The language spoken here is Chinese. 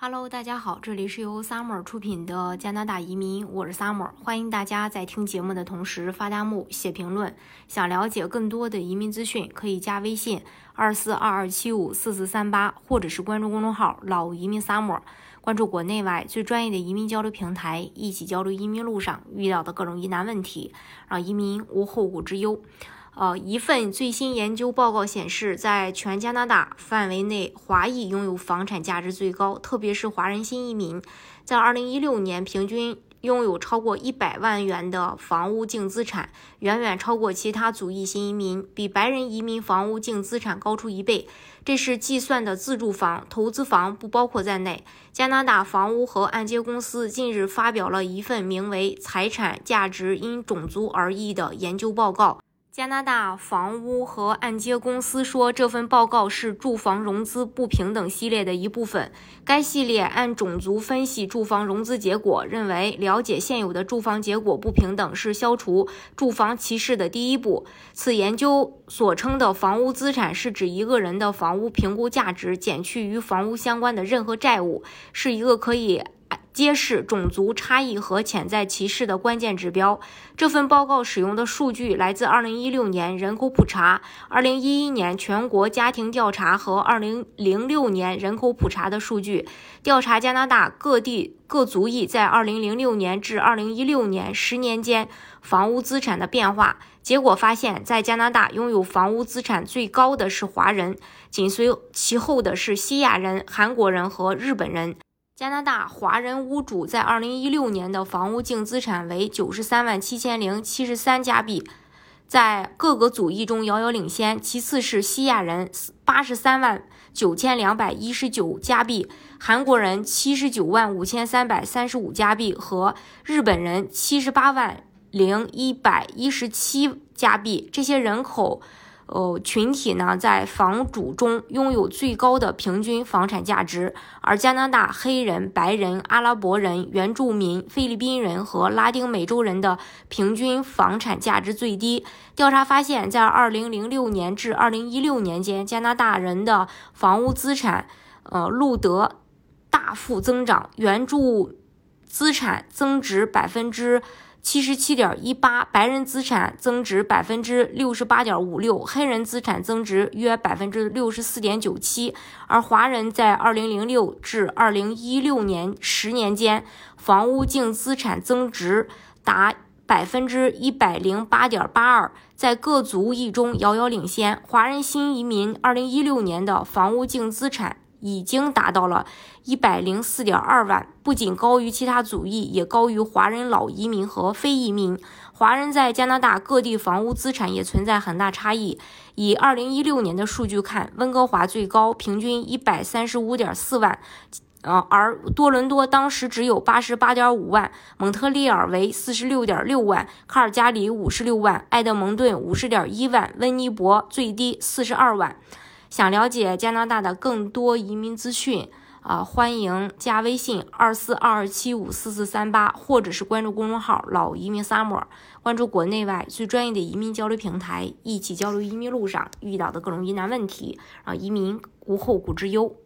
Hello， 大家好，这里是由 Summer 出品的加拿大移民，我是 Summer， 欢迎大家在听节目的同时发弹幕、写评论。想了解更多的移民资讯，可以加微信2422754438，或者是关注公众号老移民 Summer， 关注国内外最专业的移民交流平台，一起交流移民路上遇到的各种疑难问题，让移民无后顾之忧。一份最新研究报告显示，在全加拿大范围内，华裔拥有房产价值最高，特别是华人新移民，在2016年平均拥有超过100万元的房屋净资产，远远超过其他族裔新移民，比白人移民房屋净资产高出1倍。这是计算的自住房，投资房不包括在内。加拿大房屋和按揭公司近日发表了一份名为《财产价值因种族而异》的研究报告。加拿大房屋和按揭公司说，这份报告是住房融资不平等系列的一部分。该系列按种族分析住房融资结果，认为了解现有的住房结果不平等是消除住房歧视的第一步。此研究所称的房屋资产是指一个人的房屋评估价值减去与房屋相关的任何债务，是一个可以揭示种族差异和潜在歧视的关键指标。这份报告使用的数据来自2016年人口普查、2011年全国家庭调查和2006年人口普查的数据，调查加拿大各地各族裔在2006年至2016年10年间房屋资产的变化。结果发现，在加拿大拥有房屋资产最高的是华人，紧随其后的是西亚人、韩国人和日本人。加拿大华人屋主在2016年的房屋净资产为937073加币，在各个族裔中遥遥领先，其次是西亚人839219加币，韩国人795335加币和日本人780117加币。这些人口群体呢，在房主中拥有最高的平均房产价值，而加拿大黑人、白人、阿拉伯人、原住民、菲律宾人和拉丁美洲人的平均房产价值最低。调查发现，在2006年至2016年间，加拿大人的房屋资产录得大幅增长，原住资产增值77.18%，白人资产增值68.56%，黑人资产增值约64.97%，而华人在2006至2016年10年间，房屋净资产增值达108.82%，在各族裔中遥遥领先。华人新移民2016年的房屋净资产已经达到了104.2万，不仅高于其他族裔，也高于华人老移民和非移民。华人在加拿大各地房屋资产也存在很大差异。以2016年的数据看，温哥华最高，平均135.4万，而多伦多当时只有88.5万，蒙特利尔为46.6万，卡尔加里56万，埃德蒙顿50.1万，温尼伯最低42万。想了解加拿大的更多移民资讯，欢迎加微信2422754438，或者是关注公众号老移民 Summer， 关注国内外最专业的移民交流平台，一起交流移民路上遇到的各种疑难问题，让移民无后顾之忧。